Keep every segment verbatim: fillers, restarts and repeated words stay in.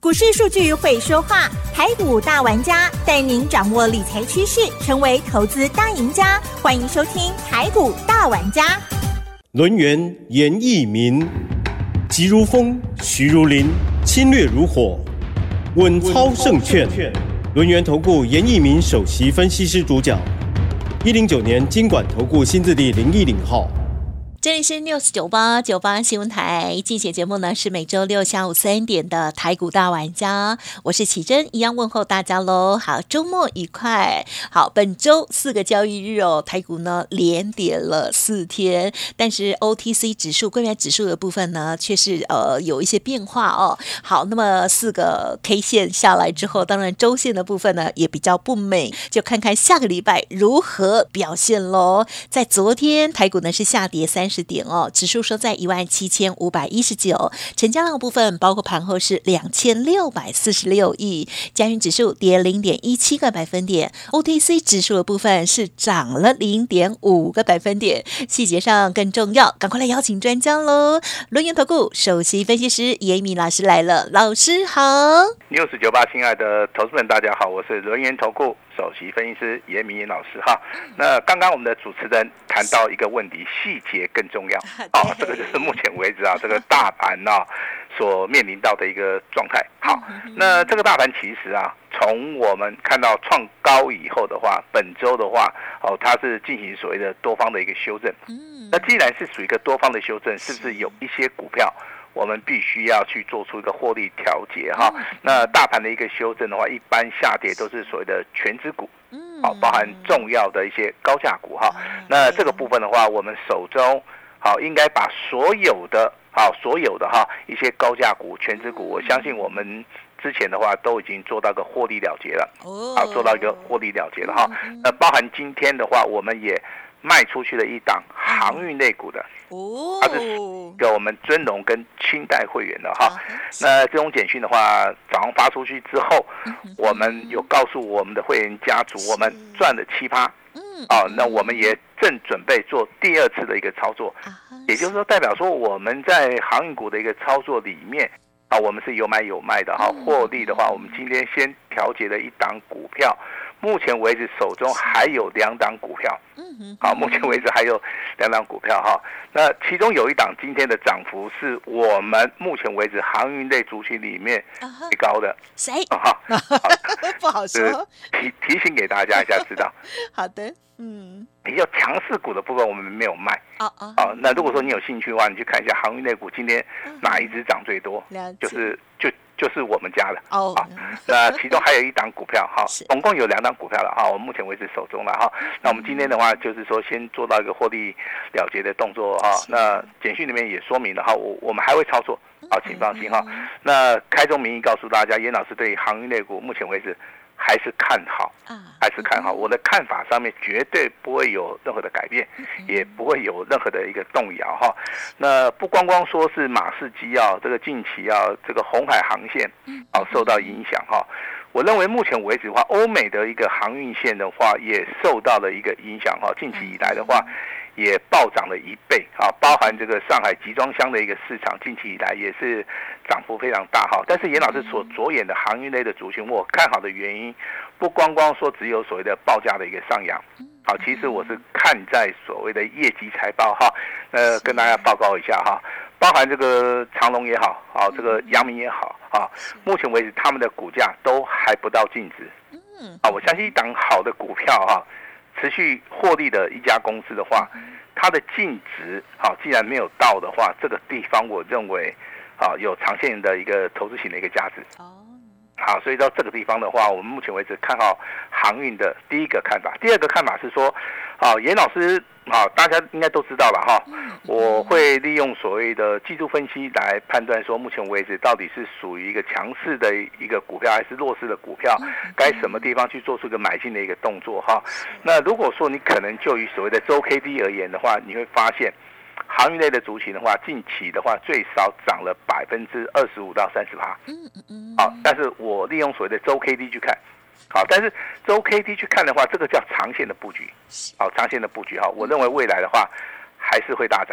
股市数据会说话，台股大玩家带您掌握理财趋势，成为投资大赢家。欢迎收听台股大玩家。 轮源严义民，急如风，徐如林，侵略如火，稳操胜券。轮源投顾严义民首席分析师主讲，一零九年金管投顾新字第零一零号。 这里是 News 九八九八新闻台，竞选节目呢是每周六下午三点的台股大玩家，我是启真，一样问候大家喽。好，周末愉快。好，本周四个交易日哦，台股呢连跌了四天，但是 O T C 指数、柜买指数的部分呢却是呃有一些变化哦。好，那么四个 K 线下来之后，当然周线的部分呢也比较不美，就看看下个礼拜如何表现喽。在昨天台股呢是下跌三十点哦，指数收在一万七千五百一十九，成交量部分包括盘后是两千六百四十六亿，加权指数跌零点一七个百分点 ，O T C 指数的部分是涨了零点五个百分点。细节上更重要，赶快来邀请专家喽！轮源投顾首席分析师严敏老师来了，老师好。 News 九八，亲爱的投资们，大家好，我是轮源投顾首席分析师严明老师哈。那刚刚我们的主持人谈到一个问题，细节更重要啊，这个就是目前为止啊，这个大盘啊所面临到的一个状态。好，那这个大盘其实啊，从我们看到创高以后的话，本周的话，哦，它是进行所谓的多方的一个修正。那既然是属于一个多方的修正，是不是有一些股票我们必须要去做出一个获利调节哈？那大盘的一个修正的话，一般下跌都是所谓的全指股，好，包含重要的一些高价股哈。那这个部分的话，我们手中好应该把所有的好所有的哈一些高价股、全指股，我相信我们之前的话都已经做到个获利了结了，好，做到一个获利了结了哈。那包含今天的话，我们也卖出去了一档航运类股的，它是给我们尊荣跟清代会员的哈。那这种简讯的话，早上发出去之后，我们有告诉我们的会员家族，我们赚了七趴。哦，那我们也正准备做第二次的一个操作，也就是说，代表说我们在航运股的一个操作里面，啊，我们是有买有卖的哈。获利的话，我们今天先调节了一档股票。目前为止手中还有两档股票，好，目前为止还有两档股票哈。那其中有一档今天的涨幅是我们目前为止航运类族群里面最高的。 谁？ 哈， 不好说。 提提醒给大家一下，知道。 好的，嗯。 比较强势股的部分我们没有卖。 哦哦。 哦，那如果说你有兴趣的话，你去看一下航运类股今天哪一只涨最多，就是就。就是我们家的哦，好，那其中还有一档股票哈，总共有两档股票了哈，我目前为止手中了哈。那我们今天的话就是说先做到一个获利了结的动作哈。那简讯里面也说明了哈，我我们还会操作，好，请放心哈。那开宗明义告诉大家，严老师对航运类股目前为止还是看好，还是看好。我的看法上面绝对不会有任何的改变，也不会有任何的一个动摇哈。那不光光说是马士基啊，这个近期啊，这个红海航线啊受到影响哈。我认为目前为止的话，欧美的一个航运线的话也受到了一个影响哈。近期以来的话，也暴涨了一倍啊，包含这个上海集装箱的一个市场，近期以来也是涨幅非常大哈。但是严老师所着眼的航运类的族群，我看好的原因不光光说只有所谓的报价的一个上扬，好，其实我是看在所谓的业绩财报哈，呃，跟大家报告一下哈，包含这个长荣也好，啊，这个阳明也好啊，目前为止他们的股价都还不到净值，啊，我相信一档好的股票哈。持续获利的一家公司的话，它的净值好，既然没有到的话，这个地方我认为啊有长线的一个投资型的一个价值。好，所以到这个地方的话，我们目前为止看好航运的第一个看法。第二个看法是说，啊，严老师啊，大家应该都知道了哈。我会利用所谓的技术分析来判断说，目前为止到底是属于一个强势的一个股票还是弱势的股票，该什么地方去做出一个买进的一个动作哈。那如果说你可能就以所谓的周 K D 而言的话，你会发现。航运类的族群的话，近期的话最少涨了百分之二十五到三十趴。嗯嗯嗯。好，但是我利用所谓的周 K D 去看，好，但是周 K D 去看的话，这个叫长线的布局。好，长线的布局哈，我认为未来的话还是会大涨。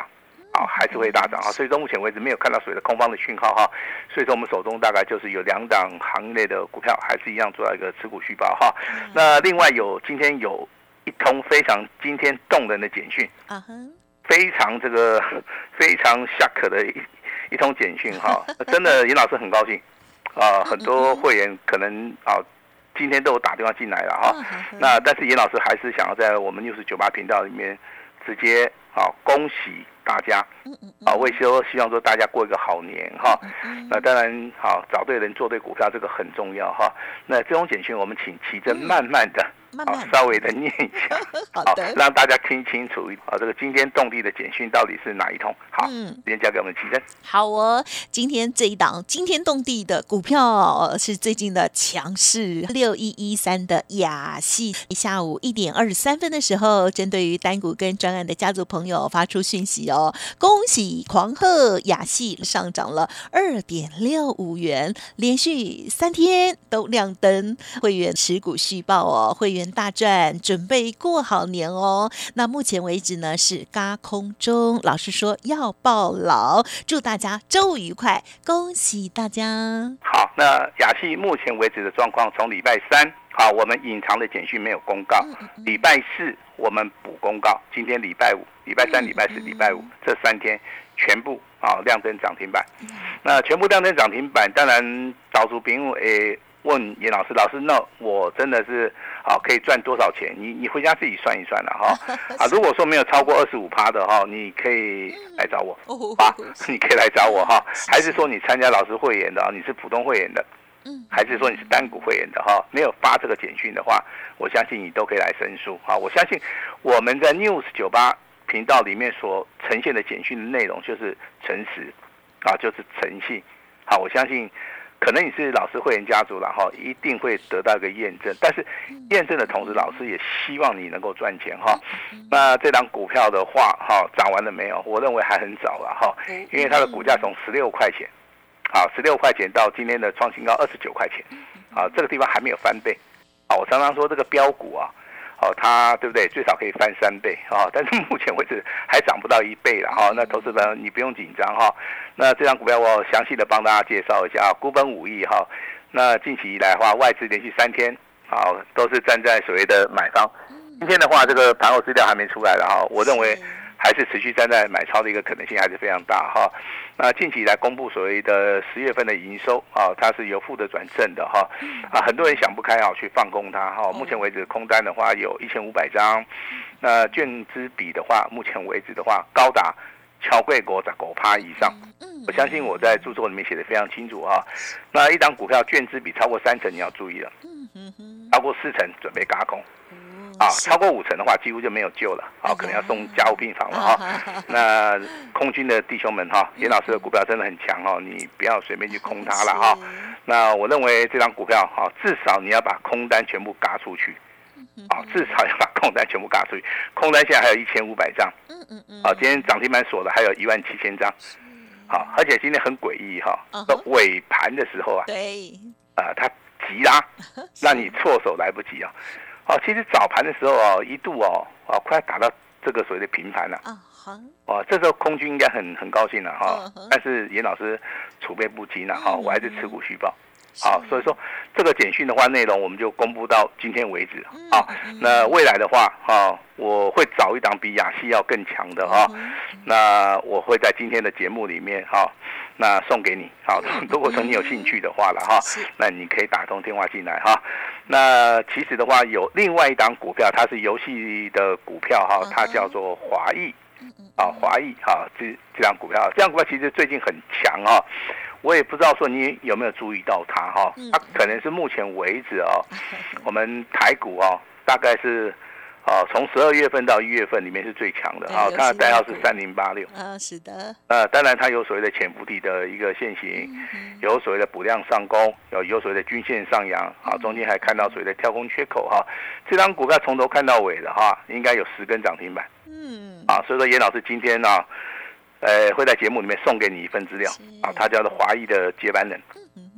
啊，还是会大涨啊，所以说目前为止没有看到所谓的空方的讯号哈，所以说我们手中大概就是有两档行业类的股票，还是一样做到一个持股续报哈。那另外有今天有一通非常惊天动人的简讯，非常这个非常吓客的一一通简讯哈，真的严老师很高兴啊，很多会员可能啊今天都有打电话进来了哈，那但是严老师还是想要在我们 News 九八频道里面直接啊恭喜大家啊，我也说希望说大家过一个好年哈，那当然好找对人做对股票这个很重要哈，那这种简讯我们请奇珍慢慢的。慢慢稍微的念一下，好的，让大家听清楚啊，这个惊天动地的简讯到底是哪一通？好，嗯，时间交给我们奇珍。 好哦，今天这一档惊天动地的股票是最近的强势六一一三的亚系，下午一点二十三分的时候，针对于单股跟专案的家族朋友发出讯息哦，恭喜狂贺亚系上涨了二点六五元，连续三天都亮灯，会员持股续报哦，会员大赚，准备过好年哦。那目前为止呢是軋空中，老师说要抱牢，祝大家周五愉快，恭喜大家。 好，那亚系目前为止的状况，从礼拜三好，我们隐藏的简讯没有公告，礼拜四我们补公告，今天礼拜五、礼拜三、礼拜四、礼拜五这三天全部啊亮灯涨停板。那全部亮灯涨停板，当然找出屏幕诶。问严老师，老师，那我真的是啊，可以赚多少钱？你你回家自己算一算了哈。啊，如果说没有超过二十五趴的哈，你可以来找我啊，你可以来找我哈。还是说你参加老师会员的，你是普通会员的，还是说你是单股会员的哈？没有发这个简讯的话，我相信你都可以来申诉啊。我相信我们在 News 九八频道里面所呈现的简讯的内容就是诚实啊，就是诚信。好，我相信。可能你是老师会员家族了哈，一定会得到一个验证。但是验证的同时，老师也希望你能够赚钱哈。那这档股票的话哈，涨完了没有？我认为还很早了哈，因为它的股价从十六块钱，好十六块钱到今天的创新高二十九块钱，啊这个地方还没有翻倍。啊，我常常说这个标股啊。哦，它对不对？最少可以翻三倍啊、哦，但是目前为止还涨不到一倍了哈、哦。那投资人你不用紧张哈、哦。那这张股票我详细的帮大家介绍一下，股本五亿哈。那近期以来的话，外资连续三天啊、哦、都是站在所谓的买方。今天的话，这个盘后资料还没出来了哈、哦，我认为还是持续站在买超的一个可能性还是非常大哈、哦。那近期来公布所谓的十月份的营收啊，它是由负的转正的哈啊，很多人想不开啊，去放空它哈。目前为止空单的话有一千五百张，那券资比的话，目前为止的话高达超过五十五趴以上。我相信我在著作里面写的非常清楚哈。那一档股票券资比超过三成你要注意了，超过四成准备軋空。啊，超过五成的话，几乎就没有救了，好、啊，可能要送加护病房了哈、啊。那空军的弟兄们哈，严、啊、老师的股票真的很强哦，你不要随便去空它了哈、啊。那我認為這張股票哈、啊，至少你要把空單全部軋出去，啊，至少要把空單全部軋出去。空單現在還有一千五百張，啊，今天漲停板鎖的還有一萬七千張，好、啊，而且今天很詭異哈，到、啊、尾盤的時候啊，對，啊，它急拉，讓你措手來不及啊。哦，其實早盤的時候哦，一度哦，哦，快打到這個所謂的平盤了。哦，這時候空軍應該很很高興了哈、哦，但是嚴老師儲備不精了哈、哦，我還是持股續報。好、哦，所以說這個簡訊的話，內容我們就公布到今天為止。好、哦，那未來的話，哈、哦，我會找一檔比亞系要更強的哈、哦，那我會在今天的節目裡面哈。哦那送給你，好，如果說你有興趣的話了哈，那你可以打通電話進來哈。那其實的話有另外一檔股票，它是遊戲的股票哈，它叫做華裔，啊華裔哈，這這檔股票，這檔股票其實最近很強啊，我也不知道說你有沒有注意到它哈，它可能是目前為止啊，我們台股啊大概是。哦，從十二月份到一月份裡面是最強的啊，它的代號是三零八六啊，是的。呃，當然它有所謂的潛伏底的一個現形，嗯、有所謂的補量上攻，有有所謂的均線上揚啊，中間還看到所謂的跳空缺口哈、啊。這張股票從頭看到尾的哈、啊，應該有十根漲停板。嗯。啊，所以說嚴老師今天呢、啊，呃，會在節目裡面送給你一份資料啊，他叫做華裔的接班人。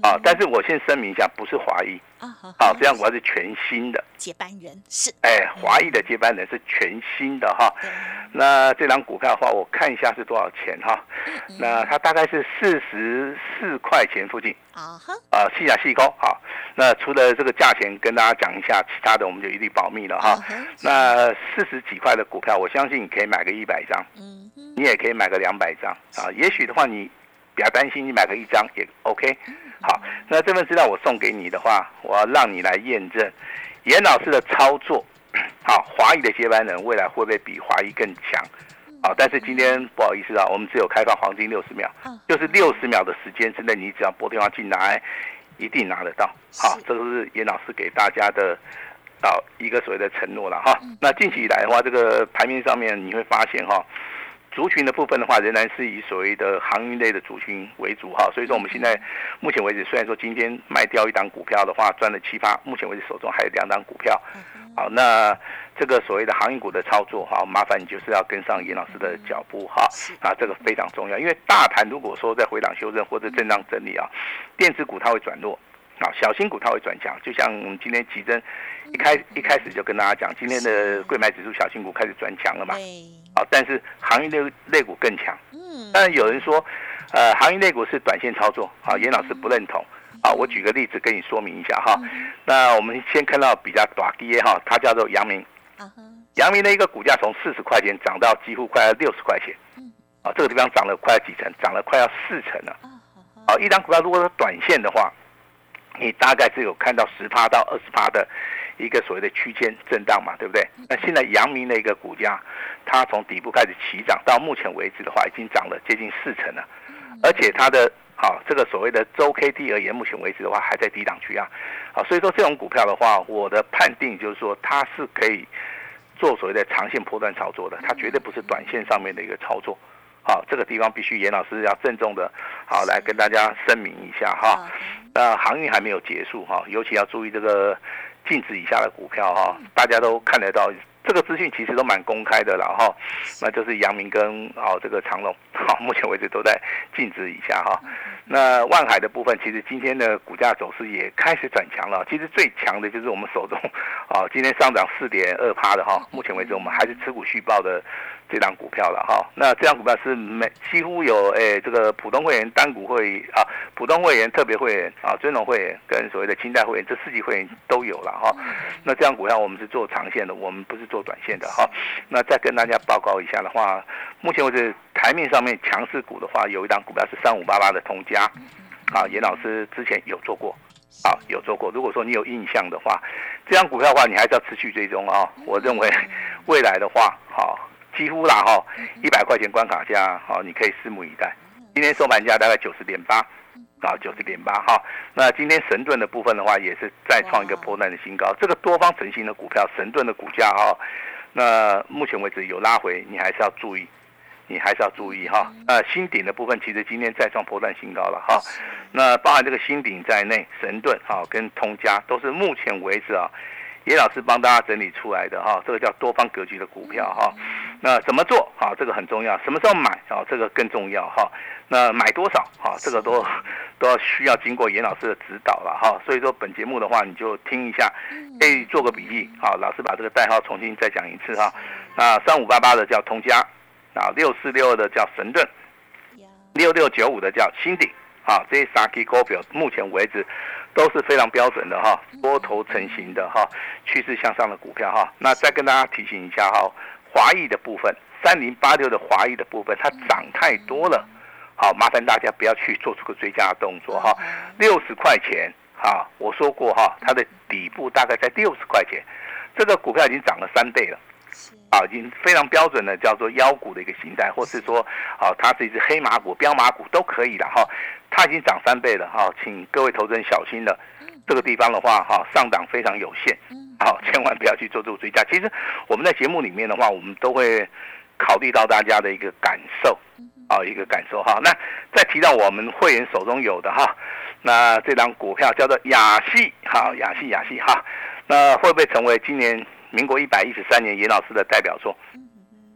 啊，但是我先声明一下，不是华裔啊，好，这样股票是全新的接班人是， 哎，华裔的接班人是全新的哈。那这张股票的话，我看一下是多少钱哈？那它大概是四十四块钱附近啊，啊，细亚细高好。那除了这个价钱跟大家讲一下，其他的我们就一律保密了哈。那四十几块的股票，我相信你可以买个一百张，你也可以买个两百张啊。也许的话，你比较担心，你买个一张也 OK。好，那这份资料我送给你的话，我要让你来验证严老师的操作。好，华裔的接班人未来会不会比华裔更强？好，但是今天不好意思啊，我们只有开放黄金六十秒，就是六十秒的时间之内，你只要拨电话进来，一定拿得到。好，这个是严老师给大家的啊一个所谓的承诺了哈。那近期以来的话，这个盘面上面你会发现哈。族群的部分的话，仍然是以所谓的航运类的族群为主哈，所以说我们现在目前为止，虽然说今天卖掉一档股票的话赚了七趴，目前为止手中还有两档股票，好，那这个所谓的航运股的操作哈，麻烦你就是要跟上严老师的脚步哈，啊，这个非常重要，因为大盘如果说在回档修正或者震荡整理啊，电子股它会转弱。啊，小新股它会转强，就像我们今天奇珍一开一开始就跟大家讲，今天的柜买指数小新股开始转强了嘛。啊，但是航运类类股更强。嗯。但有人说，呃，航运类股是短线操作，啊，严老师不认同。啊，我举个例子跟你说明一下哈。嗯、那我们先看到比较大基哈，它叫做阳明。阳明的一个股价从四十块钱涨到几乎快要六十块钱。嗯。啊，这个地方涨了快要几成，涨了快要四成了。啊，一张股票如果是短线的话。你大概只有看到十趴到二十趴的一个所谓的区间震荡嘛，对不对？那现在阳明的一个股价，它从底部开始起涨，到目前为止的话，已经涨了接近四成了，而且它的好、啊、这个所谓的周 K D 而言，目前为止的话还在低档区啊，啊，所以说这种股票的话，我的判定就是说它是可以做所谓的长线波段操作的，它绝对不是短线上面的一个操作。好，这个地方必须严老师要郑重的，好来跟大家声明一下哈。那航运还没有结束哈，尤其要注意这个净值以下的股票哈，大家都看得到，这个资讯其实都蛮公开的了哈。那就是阳明跟哦这个长荣，好，目前为止都在净值以下哈。那万海的部分，其实今天的股价走势也开始转强了。其实最强的就是我们手中，啊，今天上涨四点二趴的哈。目前为止，我们还是持股续报的这档股票了哈。那这档股票是每几乎有诶这个普通会员、单股会啊、普通会员、特别会员啊、尊荣会员跟所谓的清代会员这四级会员都有了哈。那这档股票我们是做长线的，我们不是做短线的哈。那再跟大家报告一下的话，目前为止台面上面强势股的话，有一档股票是三五八八的通家，啊，严老师之前有做过，啊，有做过。如果说你有印象的话，这张股票的话，你还是要持续追踪啊。我认为未来的话，好、啊，几乎啦哈，一百块钱关卡价，好、啊，你可以拭目以待。今天收盘价大概九十点八，啊，九十点八哈。那今天神盾的部分的话，也是再创一个波段的新高。这个多方成型的股票，神盾的股价哈，那目前为止有拉回，你还是要注意。你还是要注意哈，呃，新鼎的部分其实今天再创波段新高了哈，那包含这个新鼎在内，神盾哈跟通家都是目前为止啊，严老师帮大家整理出来的哈，这个叫多方格局的股票哈，那怎么做啊？这个很重要，什么时候买啊？这个更重要哈，那买多少啊？这个都都要需要经过严老师的指导了哈，所以说本节目的话，你就听一下，可以做个笔记啊，老师把这个代号重新再讲一次哈，那三五八八的叫通家。啊，六四六二的叫神盾，六六九五的叫新鼎，啊，这些三支股票目前为止都是非常标准的哈，多头成型的哈，趋势向上的股票哈。那再跟大家提醒一下哈，华裔的部分，三零八六的华裔的部分，它涨太多了，好，麻烦大家不要去做出个追加的动作哈。六十块钱，哈，我说过哈，它的底部大概在六十块钱，这个股票已经涨了三倍了。啊，已经非常标准的叫做妖股的一个形态，或是说，啊，它是一只黑马股、标马股都可以的哈。它已经涨三倍了哈，请各位投资人小心了。这个地方的话哈，上档非常有限，好，千万不要去做这个追加。其实我们在节目里面的话，我们都会考虑到大家的一个感受，啊，一个感受哈。那再提到我们会员手中有的哈，那这张股票叫做亚细，好，亚细亚细哈，那会不会成为今年？民国一百一十三年，严老师的代表作，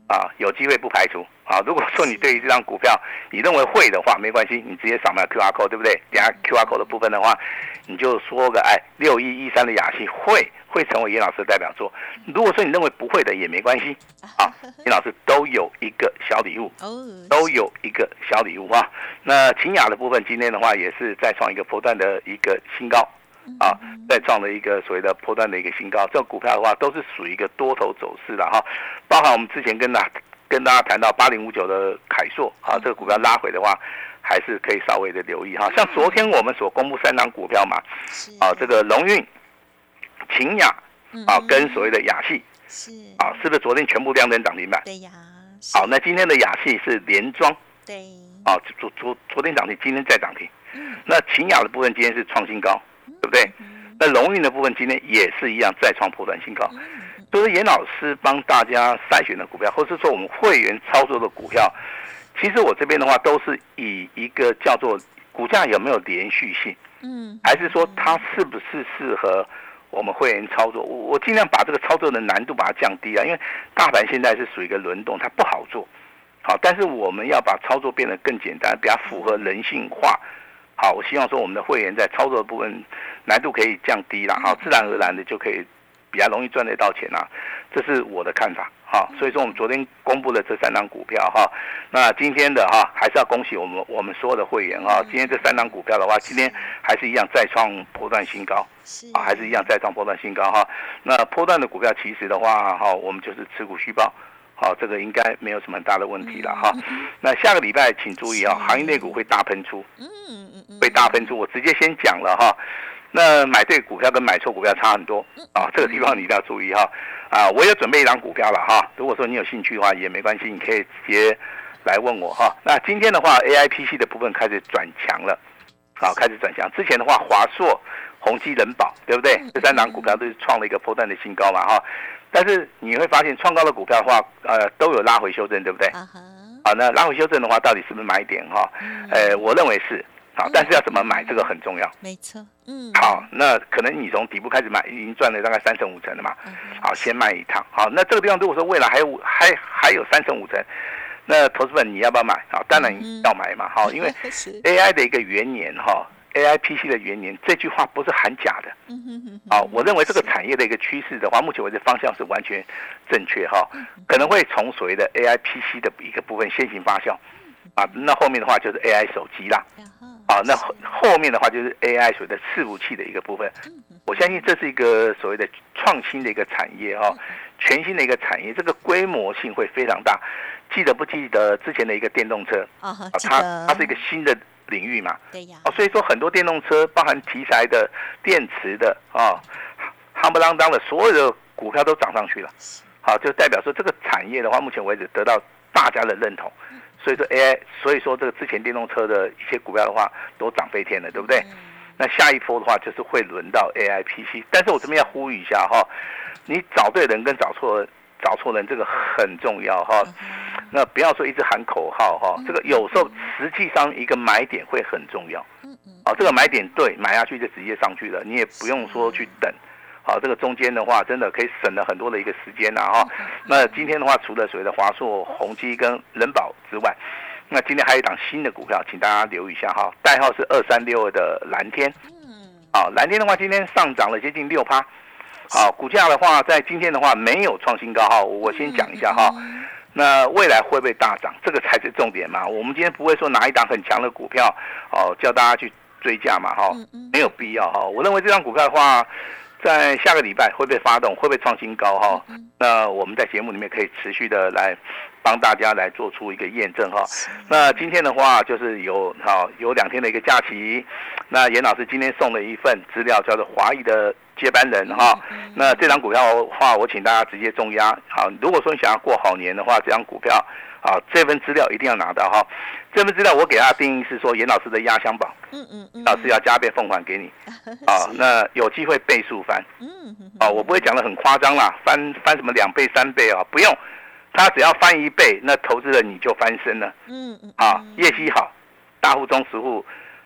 啊，有机会不排除啊。如果说你对于这张股票你认为会的话，没关系，你直接扫描 Q R code， 对不对？等下 Q R code 的部分的话，你就说个哎，六一一三的雅戏会会成为严老师的代表作。如果说你认为不会的也没关系啊，严老师都有一个小礼物，都有一个小礼物啊。那秦雅的部分今天的话也是再创一个波段的一个新高。啊，再创了一个所谓的波段的一个新高，这个股票的话都是属于一个多头走势的哈，包含我们之前跟大跟大家谈到八零五九的凯硕啊，这个股票拉回的话，还是可以稍微的留意哈。像昨天我们所公布三档股票嘛，啊，这个龙运、秦雅啊，跟所谓的雅戏，是啊，是不是昨天全部亮灯涨停板？ 对呀。 好，那今天的雅戏是连庄， 对， 啊，昨昨昨天涨停，今天再涨停，那秦雅的部分今天是创新高。对不对？那龙运的部分今天也是一样再创波段新高，所以严老师帮大家筛选的股票，或是说我们会员操作的股票，其实我这边的话都是以一个叫做股价有没有连续性，嗯，还是说它是不是适合我们会员操作？我我尽量把这个操作的难度把它降低啊，因为大盘现在是属于一个轮动，它不好做，好，但是我们要把操作变得更简单，比较符合人性化。好，我希望说我们的会员在操作的部分难度可以降低啦，好，自然而然的就可以比较容易赚得到钱啦，这是我的看法。好，所以说我们昨天公布的这三档股票哈，那今天的哈还是要恭喜我们我们所有的会员哈，今天这三档股票的话，今天还是一样再创波段新高，啊，还是一样再创波段新高哈。那波段的股票其实的话哈，我们就是持股续报。好，这个应该没有什么很大的问题了哈。那下个礼拜请注意啊，行业类股会大喷出，会大喷出。我直接先讲了哈。那买对股票跟买错股票差很多啊，这个地方你一定要注意哈。啊，我有准备一张股票了哈，如果说你有兴趣的话也没关系，你可以直接来问我哈。那今天的话 ，A I P C 的部分开始转强了，好，开始转强。之前的话，华硕、宏基、人保，对不对？这三档股票都是创了一个波段的新高嘛哈。但是你会发现，创高的股票的话，呃，都有拉回修正，对不对？好、uh-huh. 啊，那拉回修正的话，到底是不是买点哈？呃，我认为是。好，但是要怎么买，这个很重要。 没错，嗯。 好，那可能你从底部开始买，已经赚了大概三成五成了嘛。好，先卖一趟。好，那这个地方如果说未来还有还还有三成五成，那投资本你要不要买？好，当然要买嘛。好，因为 A I 的一个元年哈。A I P C 的元年，这句话不是喊假的。啊，我认为这个产业的一个趋势的话，目前为止方向是完全正确哈，可能会从所谓的 A I P C 的一个部分先行发酵，啊，那后面的话就是 A I 手机啦，啊，那后面的话就是 A I 所谓的伺服器的一个部分。我相信这是一个所谓的创新的一个产业哈，全新的一个产业，这个规模性会非常大。记得不记得之前的一个电动车？啊，它它是一个新的领域嘛，对呀，哦，所以说很多电动车，包含题材的、电池的啊，夯不啷当的，所有的股票都涨上去了，好，就代表说这个产业的话，目前为止得到大家的认同，所以说 A I， 所以说这个之前电动车的一些股票的话，都涨飞天了，对不对？那下一波的话，就是会轮到 A I P C， 但是我这边要呼吁一下哈，你找对人跟找错人。找错人这个很重要哈，那不要说一直喊口号哈，这个有时候实际上一个买点会很重要，啊，这个买点对，买下去就直接上去了，你也不用说去等，好，这个中间的话真的可以省了很多的一个时间呐哈。那今天的话，除了所谓的华硕、宏基跟人保之外，那今天还有一档新的股票，请大家留意一下哈，代号是二三六二的蓝天，啊，蓝天的话今天上涨了接近六趴。好，股价的话，在今天的话没有创新高哈，我先讲一下哈。那未来会不会大涨？这个才是重点嘛。我们今天不会说拿一档很强的股票，哦，叫大家去追价嘛哈，没有必要哈。我认为这张股票的话，在下个礼拜会不会发动，会不会创新高哈？那我们在节目里面可以持续的来帮大家来做出一个验证哈。那今天的话就是有好有两天的一个假期，那严老师今天送了一份资料，叫做华裔的接班人哈，那这张股票的话，我请大家直接重压。好，如果说你想要过好年的话，这张股票，啊，这份资料一定要拿到哈。这份资料我给大家定义是说，严老师的压箱宝，嗯嗯嗯，老师要加倍奉还给你，啊，那有机会倍数翻，嗯嗯，啊，我不会讲得很夸张啦，翻翻什么两倍三倍啊，不用，他只要翻一倍，那投资人你就翻身了，嗯嗯，啊，业绩好，大户中实户。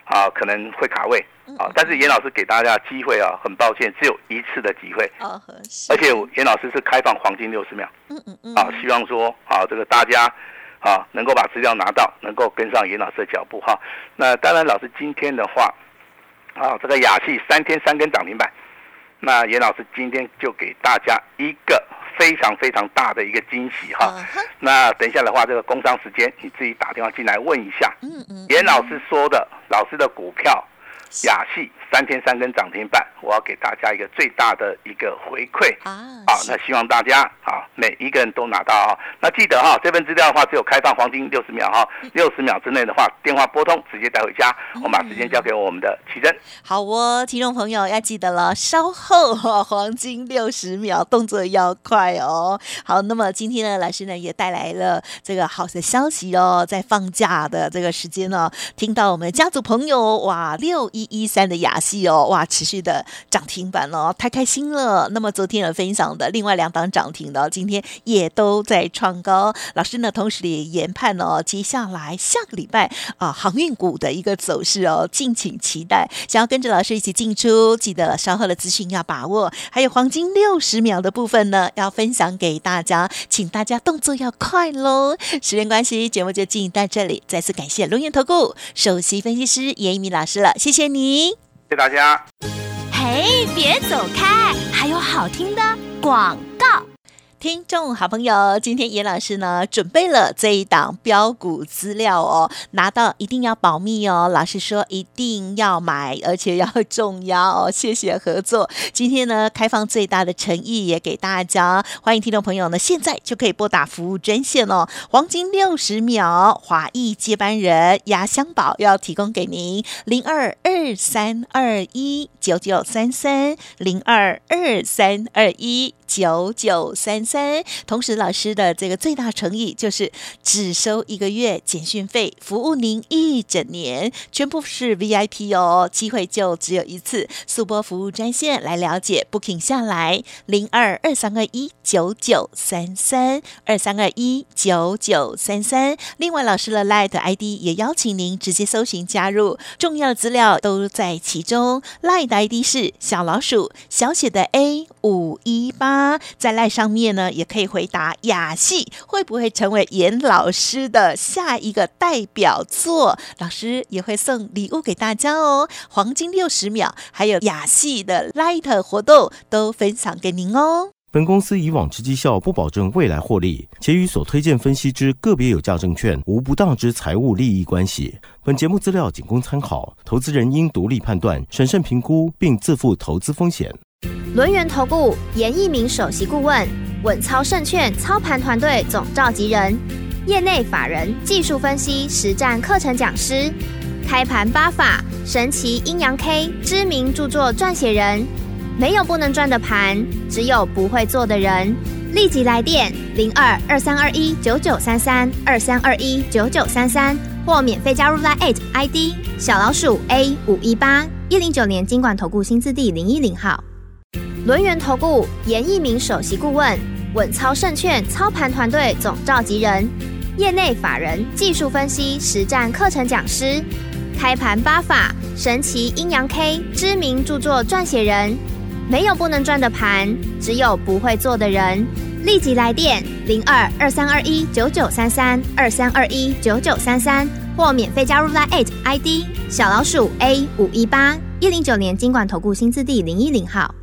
啊可能会卡位啊，但是严老师给大家的机会啊，很抱歉只有一次的机会， 哦， 而且严老师是开放黄金六十秒， 嗯嗯嗯， 啊，希望说啊这个大家啊能够把资料拿到，能够跟上严老师的脚步哈。那当然，老师今天的话啊，这个亚细三天三根涨停板，那严老师今天就给大家一个非常非常大的一个惊喜哈。Uh-huh. 那等一下的话，这个工商时间你自己打电话进来问一下，嗯嗯，严老师说的老师的股票亚细三天三根涨停板，我要给大家一个最大的一个回馈啊！好，那希望大家啊每一个人都拿到啊。那记得哈，这份资料的话只有开放黄金六十秒哈，六十秒之内的话电话拨通直接带回家。我们把时间交给我们的奇珍。 好哦，听众朋友要记得了，稍后哈黄金六十秒，动作要快哦。好，那么今天呢，老师呢也带来了这个好的消息哦，在放假的这个时间呢，听到我们的家族朋友哇六一一三的亚细哦，哇持续的涨停板哦，太开心了。那么昨天有分享的另外两档涨停的，今天也都在创高。老师呢，同时也研判哦，接下来下个礼拜啊，航运股的一个走势哦，敬请期待。想要跟着老师一起进出，记得稍后的资讯要把握。还有黄金六十秒的部分呢，要分享给大家，请大家动作要快喽。时间关系，节目就进行到这里。再次感谢轮源投顾首席分析师严一鸣老师了，谢谢你。 谢谢大家。 嘿，别走开，还有好听的广告。 听众好朋友，今天严老师呢准备了这一档标股资料哦，拿到一定要保密哦。老师说一定要买，而且要重压哦。谢谢合作。今天呢开放最大的诚意也给大家，欢迎听众朋友呢现在就可以拨打服务专线哦。黄金六十秒，华裔接班人压箱宝要提供给您零二二三二一九九三三零二二三二一九九三三。同时老师的这个最大诚意就是只收一个月简讯费，服务您一整年，全部是 V I P 哦，机会就只有一次。速播服务专线来了解 Booking 下来零二二三二一九九三三二三二一九九三三。另外老师的 Line I D 也邀请您直接搜寻加入，重要的资料都在其中。 Line 的 I D 是小老鼠小写的 A 五一八，在 Line 上面呢也可以回答亚细会不会成为严老师的下一个代表作，老师也会送礼物给大家哦。黄金六十秒还有亚细的 Light 活动都分享给您哦。 本公司以往之绩效不保证未来获利，且与所推荐分析之个别有价证券无不当之财务利益关系。本节目资料仅供参考，投资人应独立判断、审慎评估，并自负投资风险。 轮源投顾严一鸣首席顾问，稳操胜券操盘团队总召集人，业内法人技术分析实战课程讲师，开盘八法神奇阴阳 K 知名著作撰写人。没有不能赚的盘，只有不会做的人。立即来电零二二三二一九九三三二三二一九九三三，或免费加入 Line I D 小老鼠 A 五一八，一零九年金管投顾新字第零一零号。轮源投顾严一鸣首席顾问，稳操胜券操盘团队总召集人，业内法人技术分析实战课程讲师，开盘八法神奇阴阳 K 知名著作撰写人。没有不能赚的盘，只有不会做的人。立即来电零二二三二一九九三三二三二一九九三三，或免费加入 Line I D 小老鼠 A 五一八，一零九年金管投顾新字第零一零号。